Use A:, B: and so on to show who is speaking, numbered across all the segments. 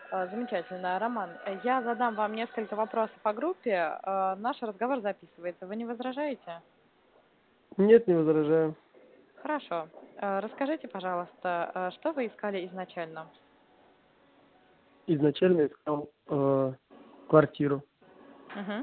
A: Замечательно, Роман. Я задам вам несколько вопросов по группе. Наш разговор записывается. Вы не возражаете?
B: Нет, не возражаю.
A: Хорошо. Расскажите, пожалуйста, что вы искали изначально?
B: Изначально искал квартиру.
A: Мгм.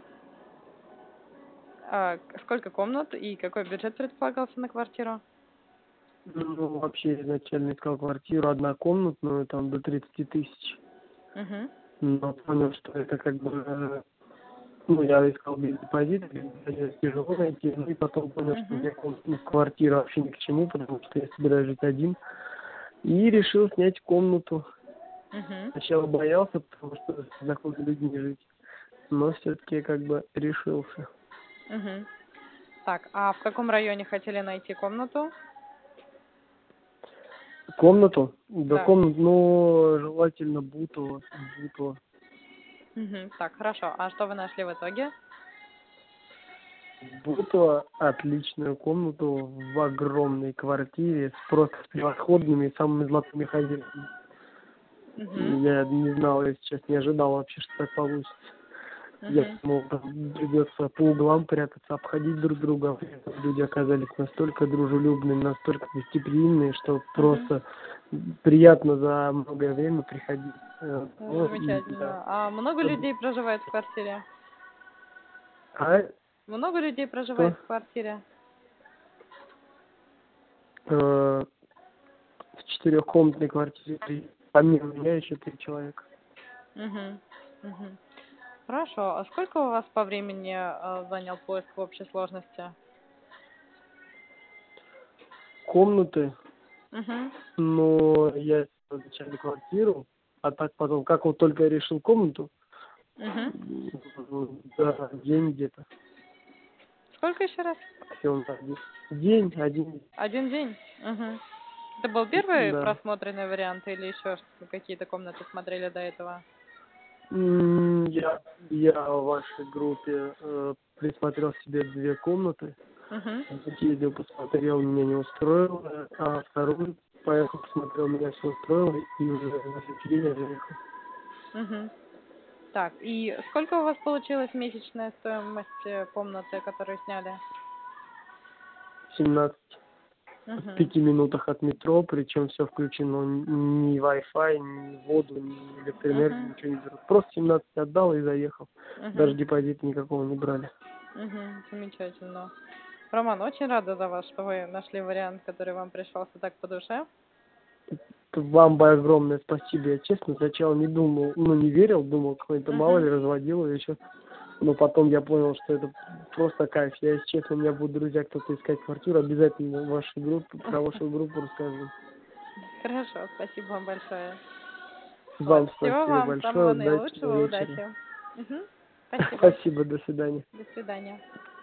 A: Сколько комнат и какой бюджет предполагался на квартиру?
B: Ну, вообще изначально искал квартиру однокомнатную, там до 30 тысяч.
A: Мгм.
B: Но понял, что это как бы, ну, я искал без депозита, тяжело найти, ну и потом понял, что
A: Мгм.
B: мне квартира вообще ни к чему, потому что я собираюсь жить один. И решил снять комнату.
A: Мгм.
B: Сначала боялся, потому что с знакомыми людьми жить, но все-таки как бы решился.
A: Мгм. Так, а в каком районе хотели найти комнату?
B: Комнату? Да,
A: Да.
B: комнату, ну, желательно Бутово.
A: Мгм. Так, хорошо. А что вы нашли в итоге?
B: Бутово отличную комнату в огромной квартире с просто превосходными и самыми золотыми хозяевами.
A: Мгм.
B: Я не знал, я сейчас не ожидал вообще, что так получится. Я
A: Мгм.
B: думал, там придется по углам прятаться, обходить друг друга. А при этом люди оказались настолько дружелюбные, настолько гостеприимные, что
A: Мгм.
B: просто приятно за многое время приходить. Ну, и да.
A: Замечательно. А много людей проживает в квартире?
B: А
A: Много людей
B: что?
A: проживает в квартире?
B: В четырехкомнатной квартире помимо меня еще 3 человека.
A: Мгм. Мгм. Хорошо. А сколько у вас по времени занял поиск в общей сложности?
B: Комнаты,
A: Мгм.
B: но я снял вначале квартиру, а так потом, как вот только я решил комнату,
A: Мгм.
B: да, день где-то.
A: Сколько еще раз?
B: Всего на день, один.
A: Один день? Мгм. Это был первый
B: Да.
A: просмотренный вариант или еще какие-то комнаты смотрели до этого?
B: Я в вашей группе присмотрел себе 2 комнаты.
A: Мгм.
B: Съездил, посмотрел, меня не устроило, а вторую поехал, посмотрел, меня все устроило, и уже на следующий день я заехал.
A: Мгм. Так, и сколько у вас получилась месячная стоимость комнаты, которую сняли?
B: 17 в
A: Мгм.
B: 5 минутах от метро, причем все включено, ни Wi-Fi, ни воду, ни электроэнергию,
A: Мгм.
B: ничего не берут. Просто 17 отдал и заехал. Даже
A: Мгм.
B: депозита никакого не брали.
A: Мгм. Замечательно. Роман, очень рада за вас, что вы нашли вариант, который вам пришелся так по душе.
B: Вам бы огромное спасибо. Я честно сначала не думал, ну не верил, думал, какой-то мало
A: Мгм.
B: ли разводил или еще. Но потом я понял, что это просто кайф. Я, если честно, у меня будут друзья, кто-то искать квартиру, обязательно вашу группу, про вашу группу расскажу.
A: Хорошо, спасибо вам большое. Вот.
B: Вам
A: Всего
B: спасибо
A: вам
B: большое,
A: самого
B: удачного
A: наилучшего,
B: вечера.
A: удачи. Мгм. Спасибо.
B: Спасибо, до свидания.
A: До свидания.